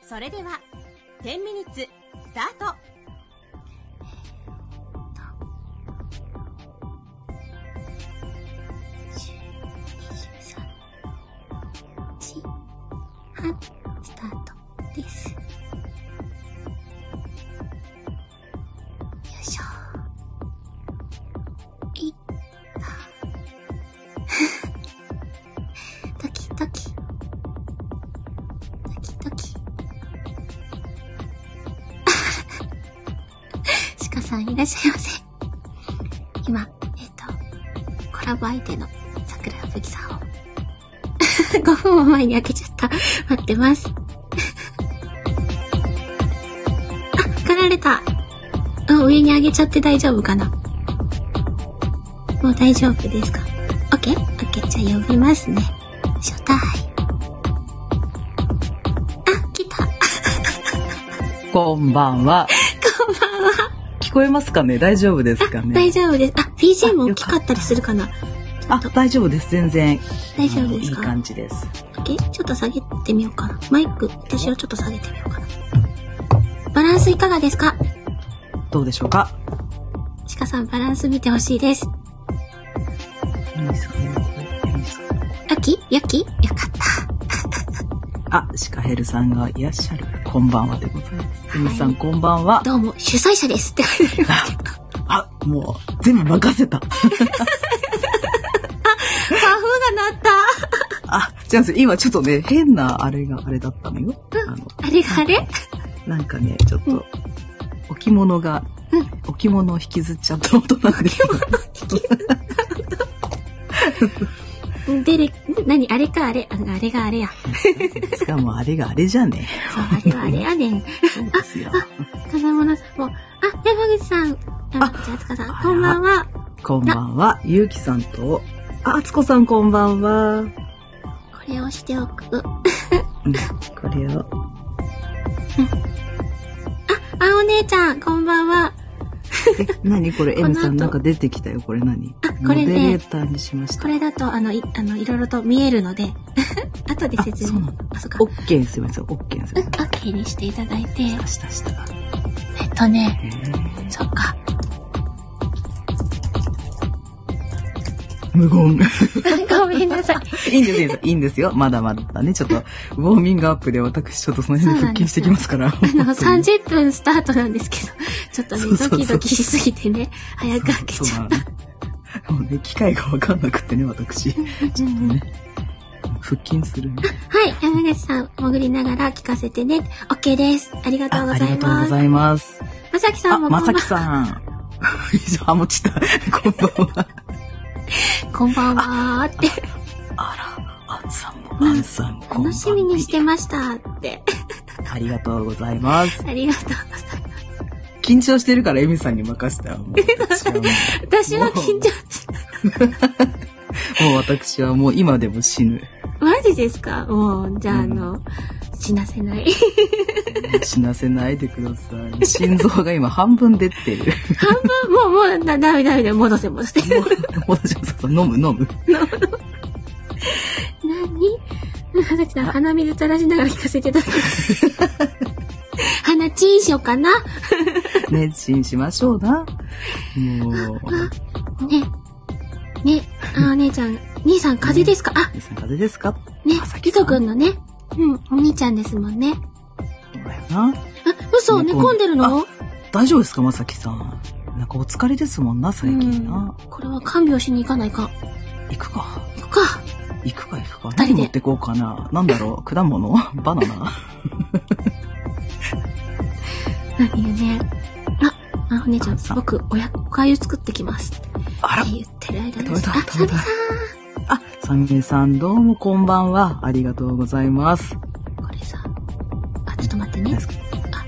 それでは10ミニッツスタート。 スタートです。よいしょ。ドキドキ。ドキドキ。鹿さんいらっしゃいませ。今、コラボ相手の桜吹さんを5分も前に開けちゃった。待ってます。刈られた。上に上げちゃって大丈夫かな？もう大丈夫ですか？ OK？ OK。じゃあ呼びますね。初対。来た。 こんばんは。 こんばんは。 聞こえますかね？大丈夫ですかね？ 大丈夫です。BGM も大きかったりするかな？ 大丈夫です。全然。 大丈夫ですか？ いい感じです。 ちょっと下げてみようかな。マイク、私をちょっと下げてみようかな。バランスいかがですか？ どうでしょうか？ 鹿さん、バランス見てほしいです。ヤキよかった。 シカヘルさんがいらっしゃる。こんばんはでございます。エミさん、こんばんは。 どうも、主催者ですって書いてある。 もう、全部任せた。 パフが鳴った。 違うんです。今ちょっとね、変なあれだったのよ。 あれがあれ？ なんかね、ちょっと、置物を引きずっちゃった音なんですよ。 何あれかあれ。あれがあれや。 しかもあれがあれじゃね。 そう、あれはあれやねん。 そうですよ。 金物さんも、山口さん。あつかさん、こんばんは。 こんばんは。ゆうきさんと、あつこさんこんばんは。 これをしておく。 これを。 お姉ちゃん、こんばんは。 何これ、エムさんなんか出てきたよ。これ何？ これね。 モデレーターにしました。 これだと、いろいろと見えるので、後で説明。 そうなんだ。 そうか。 OK にすみません。OK にすみません。 OK にしていただいて。 した。 そっか。 無言。 ごめんなさい。 いいんですよ。まだまだね。ちょっと、ウォーミングアップで私ちょっとその辺で復帰してきますから。 30分スタートなんですけど、ちょっとね、ドキドキしすぎてね、早く開けちゃった。 もうね、機会がわかんなくてね、私。ちょっとね、腹筋するね。 はい、山口さん、潜りながら聞かせてね。OK です。ありがとうございます。 ありがとうございます。 まさきさんもまさきさん。もちた。こんばんは。 こんばんはーって。 あんさんも、あんさん、こんばんは。 楽しみにしてましたって。 ありがとうございます。 ありがとうございます。 緊張してるからエミさんに任せたよ。 私は緊張して。 もう私はもう今でも死ぬ。 マジですか？もう、じゃあ死なせない。 死なせないでください。心臓が今半分出てる。 半分もう、ダメ、戻せ。 戻します。飲む。 何？はざきさん、鼻水垂らしながら聞かせていただきます。鼻チンしようかな。 ね、チンしましょうな。もう。 ね、お姉ちゃん、兄さん風邪ですか？ 兄さん風邪ですか？ ね、リト君のね、お兄ちゃんですもんね。 そうだよな。 嘘、寝込んでるの？ 大丈夫ですか、まさきさん。なんかお疲れですもんな、最近な。 これは看病しに行かないか。 行くか。 何持ってこうかな。なんだろう、果物？バナナ？ 何よね。お姉ちゃん、僕、おかゆ作ってきます。って言ってる間に。サミさん、どうもこんばんは。ありがとうございます。 これさ、ちょっと待ってね。 いいです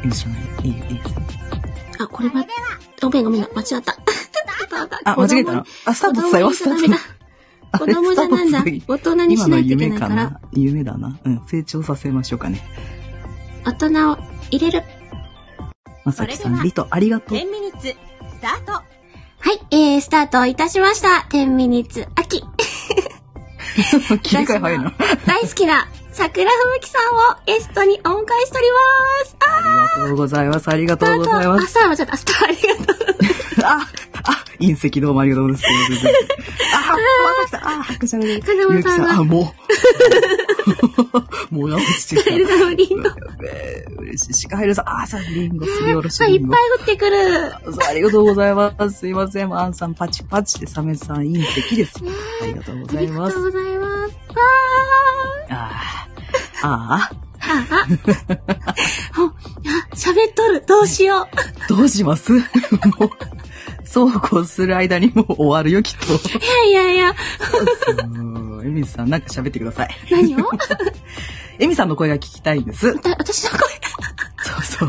これは、ごめん、間違った。 間違えたの？スタート伝えます。 子供じゃなんだ。大人にしないといけないから。 夢だな。成長させましょうかね。 大人を入れる。 まさきさん、リト、ありがとう。 10ミニッツ、スタート。 はい、スタートいたしました。10ミニッツ、秋。 切り替え早いな。 大好きな桜吹雪さんをゲストにお迎えしております。 ありがとうございます。ありがとうございます。 朝はちょっと、明日はありがとうございます。 隕石どうもありがとうございます。まさきさん、白じゃねえ。 金丸さんが。 もう、もう直してきた。 シカエルさんのリンゴ。 嬉しい。シカエルさん、リンゴ、すりおろしリンゴ。 いっぱい降ってくる。 ありがとうございます。すいません。アンさん、パチパチで、サメさん、隕石です。ありがとうございます。 ありがとうございます。喋っとる。どうしよう。どうしますもう、そうこうする間にもう終わるよ、きっと。 いや。 エミさん、なんか喋ってください。 何をエミさんの声が聞きたいんです。 私の声そう。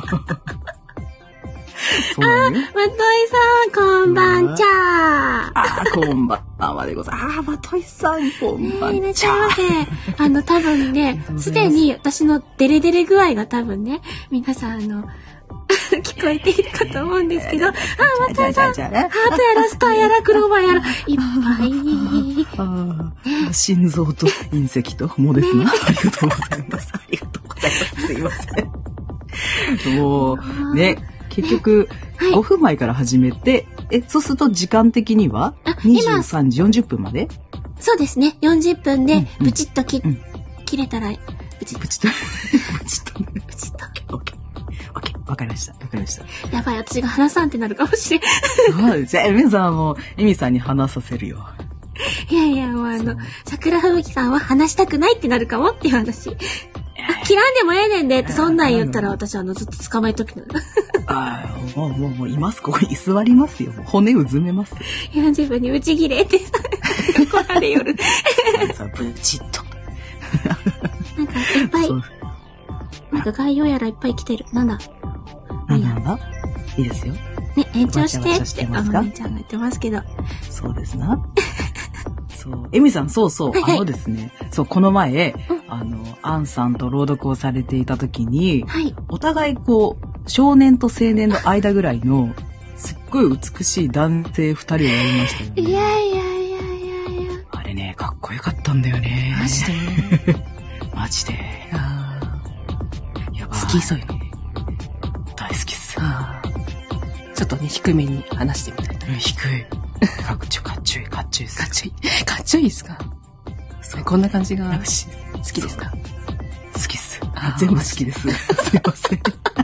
そうなのよ。 まといさん、こんばんちゃー。こんばんはでございます。まといさん、こんばんちゃー。 いらっしゃいませ。多分ね、すでに私のデレデレ具合が多分ね、皆さん聞こえているかと思うんですけど、まといさん、ハートやらスターやらクローバーやら、いっぱい。 心臓と隕石と、もうですね。ありがとうございます。ありがとうございます。すいません。もう、ね。結局、5分前から始めて、そうすると時間的には23時40分まで？ そうですね。40分で、ブチッと切れたら、ブチッと。 オッケー。わかりました。 やばい、私が話さんってなるかもしれん。 そうです。エミさんも、エミさんに話させるよ。 いや、もう桜吹雪さんは話したくないってなるかもっていう話。切らんでもええねんでって、そんなん言ったら私ずっと捕まえときの。 もういます。ここに居座りますよ。骨うずめます。 40分にブチ切れって怒られよる。 ブチッと。 なんかいっぱい、なんか概要やらいっぱい来てる。なんだいいですよ。ね、延長してって、姉ちゃんが言ってますけど。 そうですな。そう。エミさん、そう。ですね。そう、この前、アンさんと朗読をされていた時に、お互い少年と青年の間ぐらいの、すっごい美しい男性2人をやりましたよね。 いや。 あれね、かっこよかったんだよね。 マジでやばい。 好きそういうの。 大好きっす。 ちょっとね、低めに話してみたいな。 低い。かっちょいいっす。 かっちょいいっすか？こんな感じが好きですか？ 好きっす。全部好きです。すいません。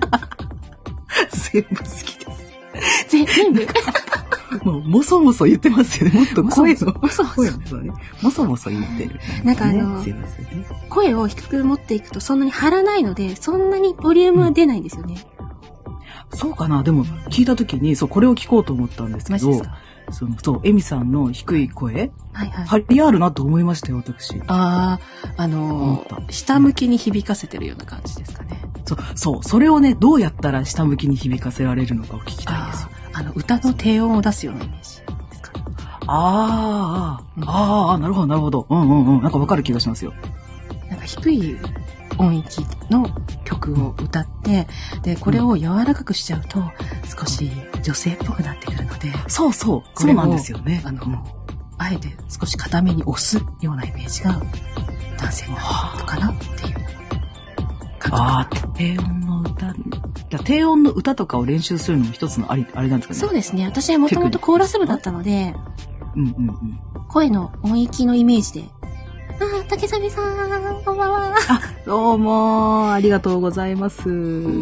全部好きです。 全部もう、もそもそ言ってますよね。もっと声の。 もそもそ言ってる。 なんかすいませんね。 声を低く持っていくとそんなに張らないので、そんなにボリューム出ないんですよね。 そうかな。でも、聞いたときに、これを聞こうと思ったんですけど、エミさんの低い声、張りあるなと思いましたよ、私。 下向きに響かせてるような感じですかね。 それをね、どうやったら下向きに響かせられるのかを聞きたいんですよ。 歌の低音を出すようなイメージですかね。 なるほど。なんかわかる気がしますよ。 なんか低い音域の曲を歌って、で、これを柔らかくしちゃうと、少し女性っぽくなってくるので。 そうなんですよね。 あえて少し固めに押すようなイメージが男性になるのかなっていう。低音の歌とかを練習するのも一つのあれなんですかね。 そうですね。私はもともとコーラス部だったので、声の音域のイメージで。竹サさん、こんばんは。 どうもありがとうございます。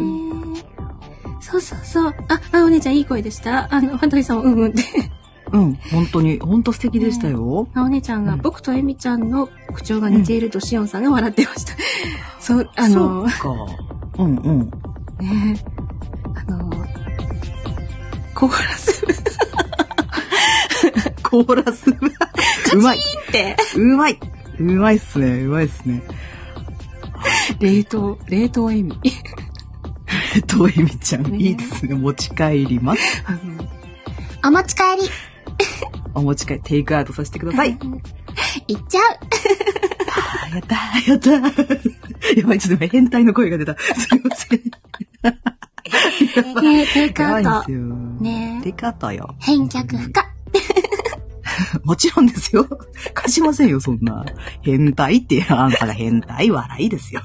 そう。お姉ちゃんいい声でした。ファンタジーさんもって。 本当素敵でしたよ。 お姉ちゃんが、僕とエミちゃんの口調が似ているとシオンさんが笑ってました。 そうか。 ねコーラス部。うまい。 うまいっすね。 冷凍エミ。 冷凍エミちゃん、いいですね。持ち帰ります。 お持ち帰り。 お持ち帰り、テイクアウトさせてください。 行っちゃう。 やったやばい、ちょっと変態の声が出た。すいません。 ねテイクアウト。 ねテイクアウトよ。 返却不可。 もちろんですよ。貸しませんよ、そんな。変態って、あんたが変態笑いですよ。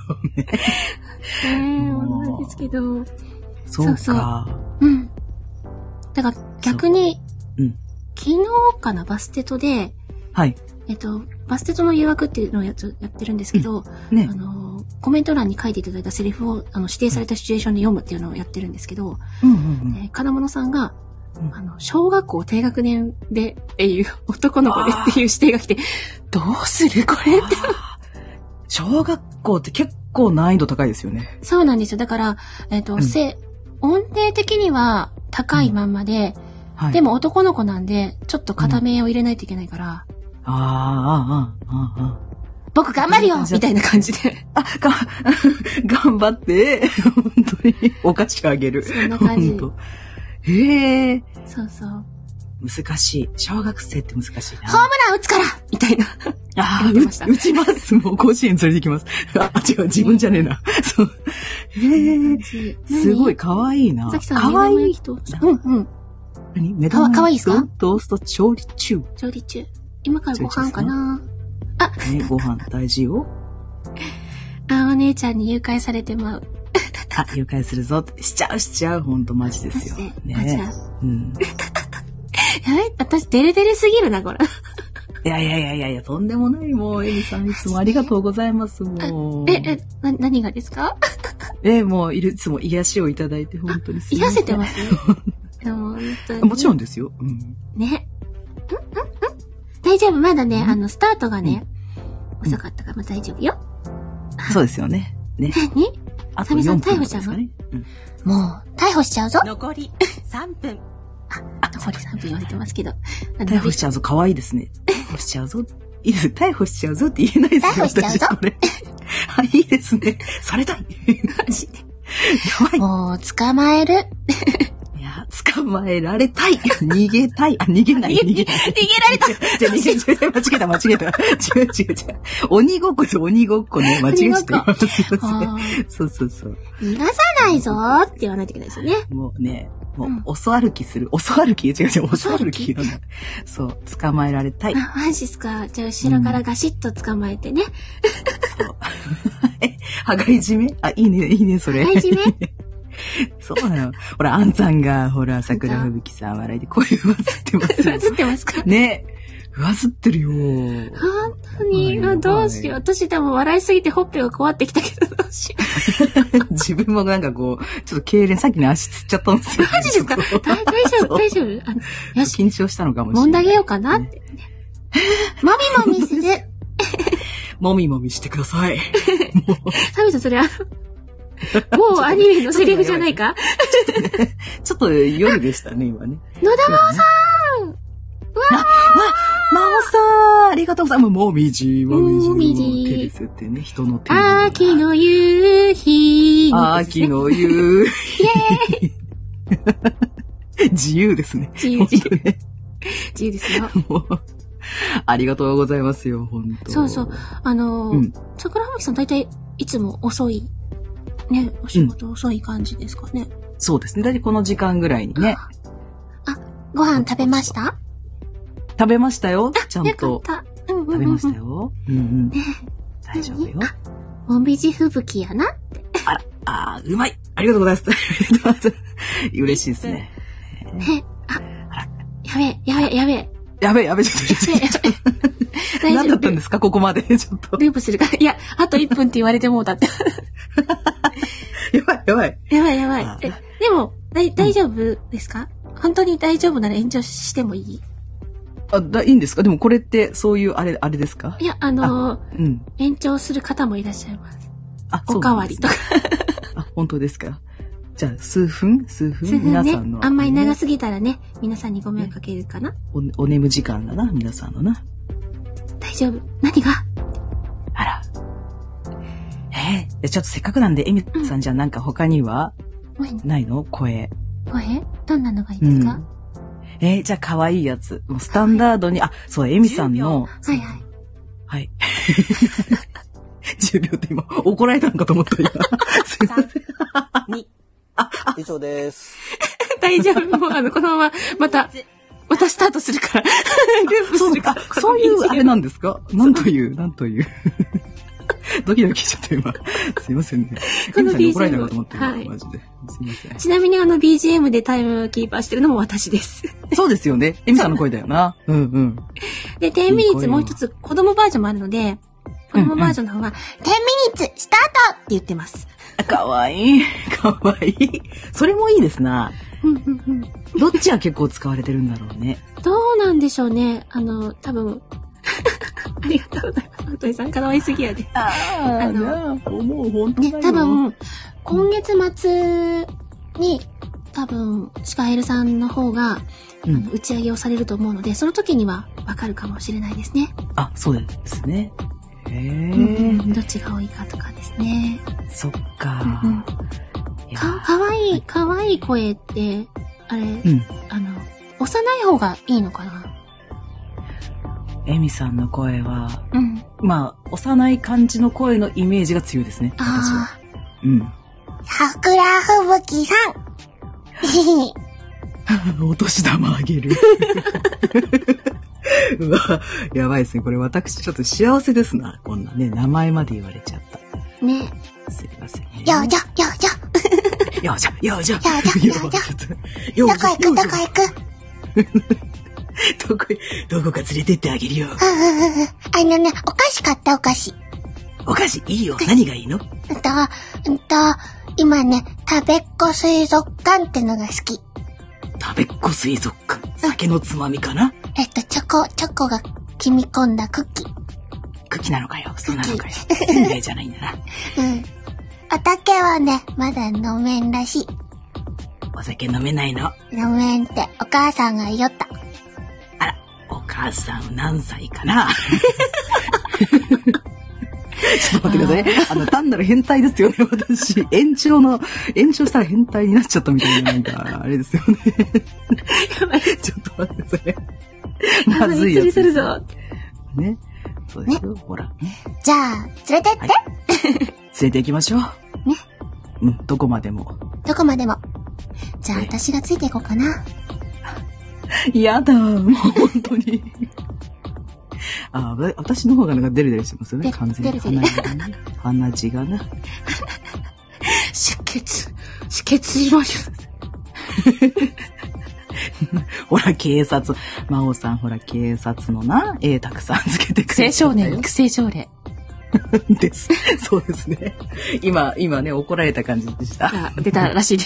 なんですけど。 そうか。 そう。うん。だから逆に、昨日かな、バステトで、 はい。 バステトの誘惑っていうのをやってるんですけど、ね、コメント欄に書いていただいたセリフを指定されたシチュエーションで読むっていうのをやってるんですけど、金物さんが、小学校低学年でっていう、男の子でっていう指定が来て、どうするこれって。 小学校って結構難易度高いですよね。 そうなんですよ。だから、音程的には高いまんまで、でも男の子なんで、ちょっと片目を入れないといけないから、僕頑張るよみたいな感じで。 頑張って、本当にお菓子あげる。 そんな感じ。 へえ。 そうそう。 難しい。小学生って難しいな。 ホームラン打つからみたいな。 打ちます。もう甲子園連れてきます。違う、自分じゃねえな。そう。へえ。すごい可愛いな。 可愛い人。 何目玉可愛いですか？ トースト調理中。 調理中。今からご飯かな。 ね、ご飯大事よ。 お姉ちゃんに誘拐されてまう。 誘拐するぞって。しちゃう。ほんとマジですよ。ね。 私、デレデレすぎるな、これ。 いや、とんでもない。もう、エミさん、いつもありがとうございます。もう。 何がですか？ もう、いつも癒しをいただいて、本当に癒せてますもちろんですよ。 ね。大丈夫、まだね、スタートがね、遅かったから大丈夫よ。 そうですよね。ね。 何？サミさん逮捕しちゃうの？もう、逮捕しちゃうぞ。 残り3分。 残り3分言われてますけど。 逮捕しちゃうぞ、可愛いですね。逮捕しちゃうぞ。いいです。逮捕しちゃうぞって言えないですよ。 逮捕しちゃうぞ。 いいですね。されたい。 マジで。 やばい。 もう、捕まえる。 捕まえられたい。逃げたい。逃げられた。間違えた。違う。鬼ごっこね。間違えちゃった。そう。 逃がさないぞーって言わないといけないですよね。 もうね、遅歩きする。遅歩きそう、捕まえられたい。 マジっすか。じゃあ、後ろからガシッと捕まえてね。 そう。羽交い締め？いいね、それ。 羽交い締め？ そうなの。ほら、アンさんが、桜吹雪さん笑いで声上ずってます。 上ずってますか？ ね。上ずってるよ。 本当に、どうしよう。私でも笑いすぎてほっぺが怖ってきたけど、どうしよう。自分もなんかこう、ちょっと痙攣、さっきの足つっちゃったんですよ。 マジですか？大丈夫。よし。 緊張したのかもしれない。 揉んであげようかなって。もみもみする。 もみもみしてください。 サミさん、それもうアニメのセリフじゃないか？ ちょっと夜でしたね、今ね。 野田真央さん！わ真央さんありがとうございます。もみじ。手ですってね、人の手。 秋の夕日。 秋の夕日。 イェーイ自由ですね。 自由ですよ。 ありがとうございますよ、本当。 そう。桜吹さん大体いつも遅い。ね、お仕事遅い感じですかね。 そうですね。だいたいこの時間ぐらいにね。 ご飯食べました？ 食べましたよ。ちゃんと。 食べましたよ。大丈夫よ。 もみじ吹雪やなって。 うまい。ありがとうございます。嬉しいですね。 やべえ。ちょっと。何だったんですかここまで。ちょっと。 ループするから。いや、あと1分って言われてもうだって。 やばい。 でも、大丈夫ですか？本当に大丈夫なら延長してもいい？ いいんですか？でもこれってそういうあれですか？ いや、延長する方もいらっしゃいます。おかわりとか。 本当ですか？じゃあ、数分皆さんの。 あんまり長すぎたらね、皆さんにご迷惑かけるかな。 お眠時間だな、皆さんのな。 大丈夫。何が？ あら。ちょっとせっかくなんで、エミさんじゃあなんか他にはないの？声。 どんなのがいいですか？ じゃあ可愛いやつ。もうスタンダードに、そう、エミさんの。はい。10秒って今、怒られたのかと思った今。すいません。 以上です。 大丈夫。もうこのまま、またまたスタートするから。ループするから。 そういうあれなんですか？なんという。ドキドキしちゃった今。すいませんね。 この BGM 怒られたかと思ってマジで。すいません。 ちなみにBGM でタイムキーパーしてるのも私です。 そうですよね。エミさんの声だよな。うんうん。 で、10ミニッツもう一つ子供バージョンもあるので、子供バージョンの方は、10ミニッツスタートって言ってます。 かわいい。かわいい。それもいいですな。どっちは結構使われてるんだろうね。 どうなんでしょうね。多分、ありがとうございます。本当にさんかわいすぎやで。 もう本当だよ。 多分、今月末に、多分、シカヘルさんの方が、打ち上げをされると思うので、その時にはわかるかもしれないですね。 あ、そうですね。 どっちが多いかとかですね。 そっか。 かわいい声って、あれ、幼い方がいいのかな？ エミさんの声は、まあ、幼い感じの声のイメージが強いですね。私は。 桜吹雪さん。お年玉あげる。うわ、やばいですね。これ私ちょっと幸せですな。こんなね、名前まで言われちゃった。 ね。 すいません。 よーじゃ。どこ行くどこか連れてってあげるよ。 お菓子買った、お菓子。 お菓子いいよ。何がいいの？ 今ね、食べっ子水族館ってのが好き。 食べっ子水族館。酒のつまみかな？ チョコが染み込んだクッキー。 クッキーなのかよ。そうなのかよ。せんべいじゃないんだな。 お酒はね、まだ飲めんらしい。 お酒飲めないの？ 飲めんって、お母さんが言おった。 あら、お母さん何歳かな？ちょっと待ってください。単なる変態ですよね、私。延長したら変態になっちゃったみたいな、なんか、あれですよね。 やばい。 ちょっと待ってください。まずいやつ。 するぞ。 ね。そうですよ、ほら。 じゃあ、連れてって。連れて行きましょう。 ね。 どこまでも。 じゃあ、私がついていこうかな。 やだ、もう本当に。私の方がなんかデレデレしてますよね、完全に。鼻血がな。 出血しましょう。ほら、警察。真央さん、ほら、警察のな、絵たくさんつけてくれる。 育成少年、育成条例。 です。そうですね。今ね、怒られた感じでした。 出たらしいです。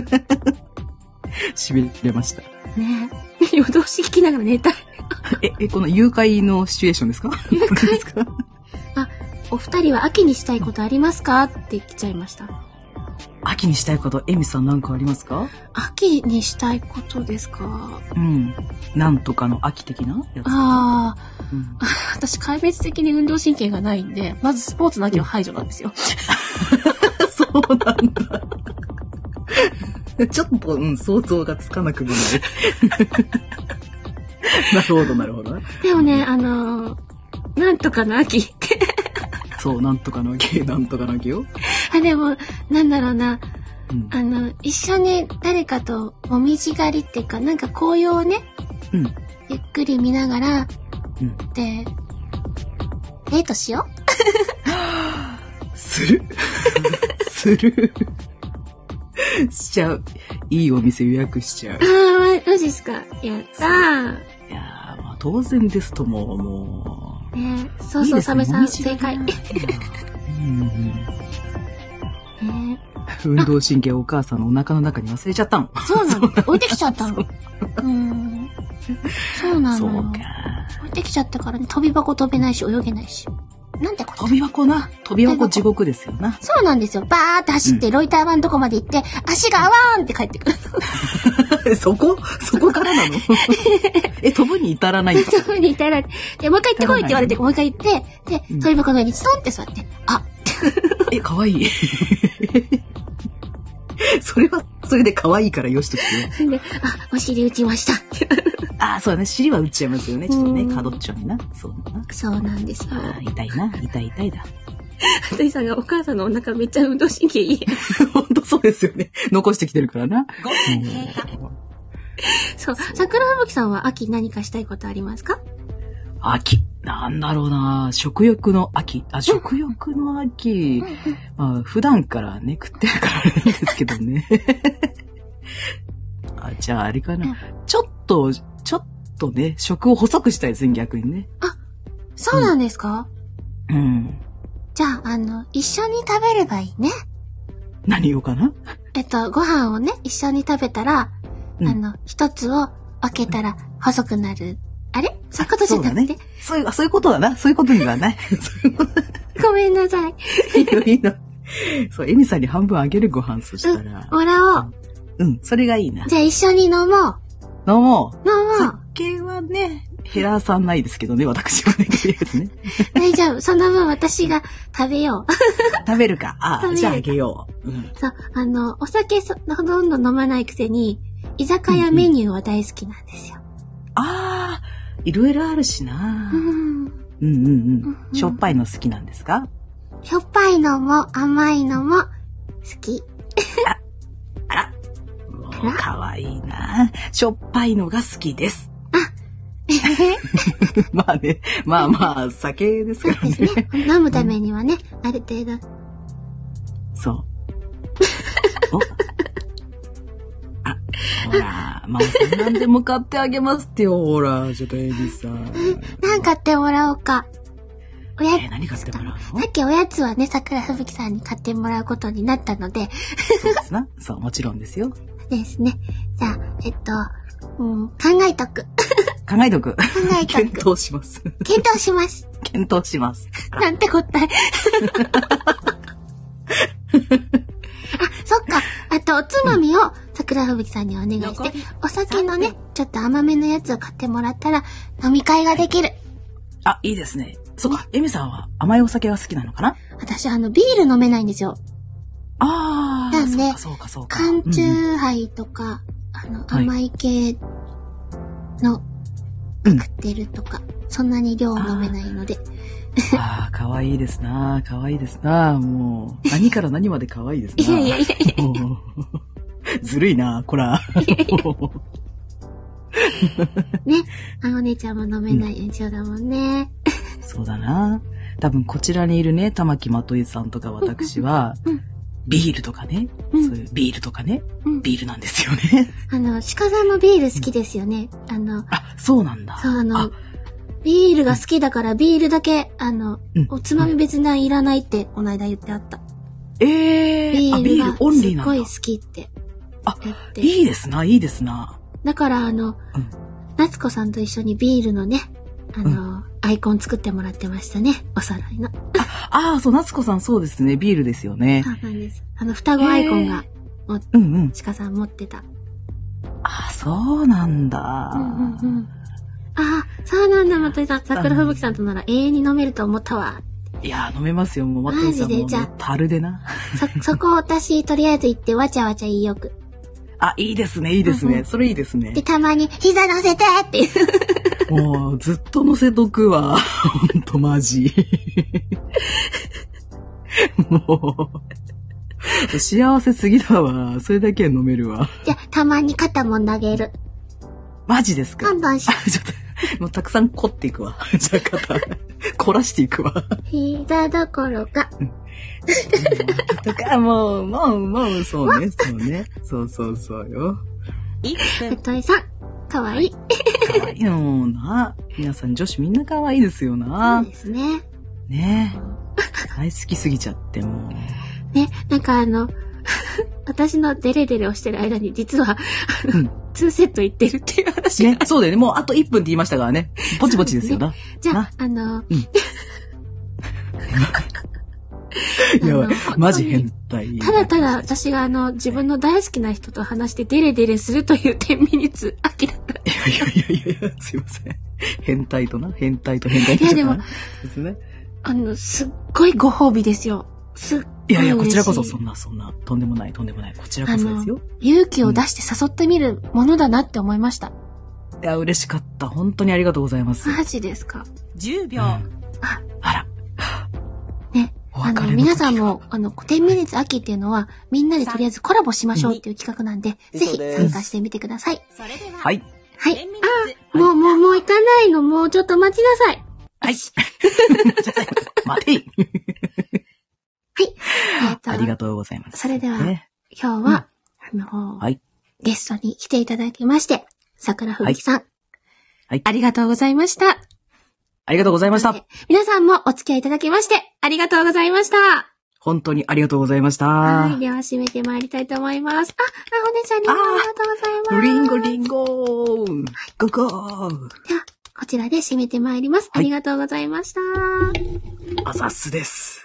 痺れました。 ねえ。夜通し聞きながら寝たい。 この誘拐のシチュエーションですか？ 誘拐ですか？お二人は秋にしたいことありますかって来ちゃいました。 秋にしたいこと、エミさんなんかありますか？ 秋にしたいことですか？ なんとかの秋的なやつ。 私、壊滅的に運動神経がないんで、まずスポーツの秋は排除なんですよ。 そうなんだ。ちょっと、想像がつかなくもない。なるほど。 でもね、なんとかの秋。 そう、なんとかの秋よ。 でも、なんだろうな。一緒に誰かともみじ狩りっていうか、なんか紅葉をね、ゆっくり見ながら、で、デートしよう。 するしちゃう。いいお店予約しちゃう。 マジっすか。やったー。 いやー、当然ですともう。そう、サメさん、正解。 運動神経をお母さんのお腹の中に忘れちゃったの。 そうなの。置いてきちゃったの。そうなの。 そうか。 置いてきちゃったからね、飛び箱飛べないし、泳げないし。なんてこと？ 飛び箱地獄ですよな。 そうなんですよ。バーって走って、ロイター板のとこまで行って、足があわーんって帰ってくる。そこからなの？飛ぶに至らないんだ。 飛ぶに至らない。で、もう一回行ってこいって言われて、もう一回行って、で、飛び箱の上にストンって座って、 かわいい。それは、それで可愛いからよしときて。 で、お尻打ちました。 そうだね。尻は打っちゃいますよね。ちょっとね、角っちょにな。 そうなんですよ。 痛いな。痛いだ。 はとりさんがお母さんのお腹めっちゃ運動神経いい。 ほんとそうですよね。残してきてるからな。 そう。桜吹雪さんは秋何かしたいことありますか？ 秋。なんだろうな。食欲の秋。食欲の秋。まあ、普段からね、食ってるからあれなんですけどね。じゃああれかな。ちょっとね、食を細くしたいですね、逆にね。 あ、そうなんですか？ うん。 じゃあ、一緒に食べればいいね。 何をかな？ ご飯をね、一緒に食べたら、一つを分けたら細くなる。あれ？そういうことじゃなくて？ そういうことだな。そういうことにはない。 ごめんなさい。 いいの。そう、エミさんに半分あげるご飯、そしたら。 もらおう。 うん、それがいいな。 じゃあ一緒に飲もう。 飲もう。 飲もう。 酒はね、減らさないですけどね、私はね、とりあえずね。 大丈夫。その分私が食べよう。 食べるか。じゃああげよう。うん、 そう、お酒ほとんど飲まないくせに、居酒屋メニューは大好きなんですよ。 いろいろあるしな。しょっぱいの好きなんですか？ しょっぱいのも甘いのも好き。 あら。もうかわいいな。しょっぱいのが好きです。まあね。まあ、酒ですからね。 そうですね。飲むためにはね、ある程度。 そう。ほら、まあ、そんなんでも買ってあげますってよ、ほら、ちょっとエビさん。 何買ってもらおうか。 何買ってもらうの？ さっきおやつはね、桜吹雪さんに買ってもらうことになったので。 そうですな。そう、もちろんですよ。 ですね。じゃあ、考えとく。 考えとく。検討します。 検討します。 検討します。 なんて答え。そっか。あと、おつまみを桜吹雪さんにお願いして、お酒のね、ちょっと甘めのやつを買ってもらったら、飲み会ができる。 いいですね。そうか。エミさんは甘いお酒が好きなのかな？ 私、ビール飲めないんですよ。なんで、 そうか。 缶チューハイとか、甘い系のカクテルとか、そんなに量飲めないので。 かわいいですな。かわいいですな。もう、何から何までかわいいですな。 いや。 ずるいな、こら。 ね、お姉ちゃんも飲めない一緒だもんね。 そうだな。多分こちらにいるね、玉木まといさんとか私は、ビールとかね、そういうビールとかね、ビールなんですよね。 鹿さんもビール好きですよね。 そうなんだ。 そう、ビールが好きだからビールだけ、おつまみ別にいらないって、この間言ってあった。 ビールがすっごい好きって言って。 いいですな、いいですな。 だから、夏子さんと一緒にビールのね、アイコン作ってもらってましたね。お皿の。 そう、夏子さんそうですね。ビールですよね。 そうなんです。双子アイコンが、鹿さん持ってた。 そうなんだ。 そうなんだ、まといさん。桜吹雪さんとなら永遠に飲めると思ったわ。 いや、飲めますよ。もう、まといさんも樽でな。 そこ私、とりあえず行ってわちゃわちゃ言いよく。 いいですね、いいですね。それいいですね。 で、たまに、膝乗せてっていう。 もう、ずっと乗せとくわ。ほんと、マジ。もう、幸せすぎだわ。それだけ飲めるわ。 じゃ、たまに肩も投げる。 マジですか？ どんどんし。 ちょっと、もうたくさん凝っていくわ。じゃあ肩、凝らしていくわ。 膝どころか。 とか、もう、そうね。そうよ。 まといさん、かわいい。 かわいいよな。皆さん女子みんなかわいいですよな。 そうですね。 ね大好きすぎちゃってもう。 ね、なんか私のデレデレをしてる間に実は、2セットいってるっていう話が。 ね、そうだよね。もうあと1分って言いましたからね。ぼちぼちですよな。 じゃあ、 やばい。マジ変態。 ただただ私が自分の大好きな人と話してデレデレするという10ミニッツ秋だった。 いや、すいません。変態と変態。 いやでも、 ですね。 すっごいご褒美ですよ。 いや、こちらこそそんな、とんでもない。こちらこそですよ。 勇気を出して誘ってみるものだなって思いました。 いや、嬉しかった。本当にありがとうございます。 マジですか。 10秒。 あら。 ね。 皆さんも、10ミニッツ秋っていうのは、みんなでとりあえずコラボしましょうっていう企画なんで、ぜひ参加してみてください。 それでは、 はい。 はい。もう行かないの。もうちょっと待ちなさい。 はい。待て。 はい。 ありがとうございます。 それでは、今日は、 はい。 ゲストに来ていただきまして、桜吹雪さん。 はい。 ありがとうございました。 ありがとうございました。 皆さんもお付き合いいただきまして、ありがとうございました。 本当にありがとうございました。 はい。では、締めてまいりたいと思います。お姉ちゃんにもありがとうございます。 リンゴ。ゴー。 では、こちらで締めてまいります。ありがとうございました。 あざっすです。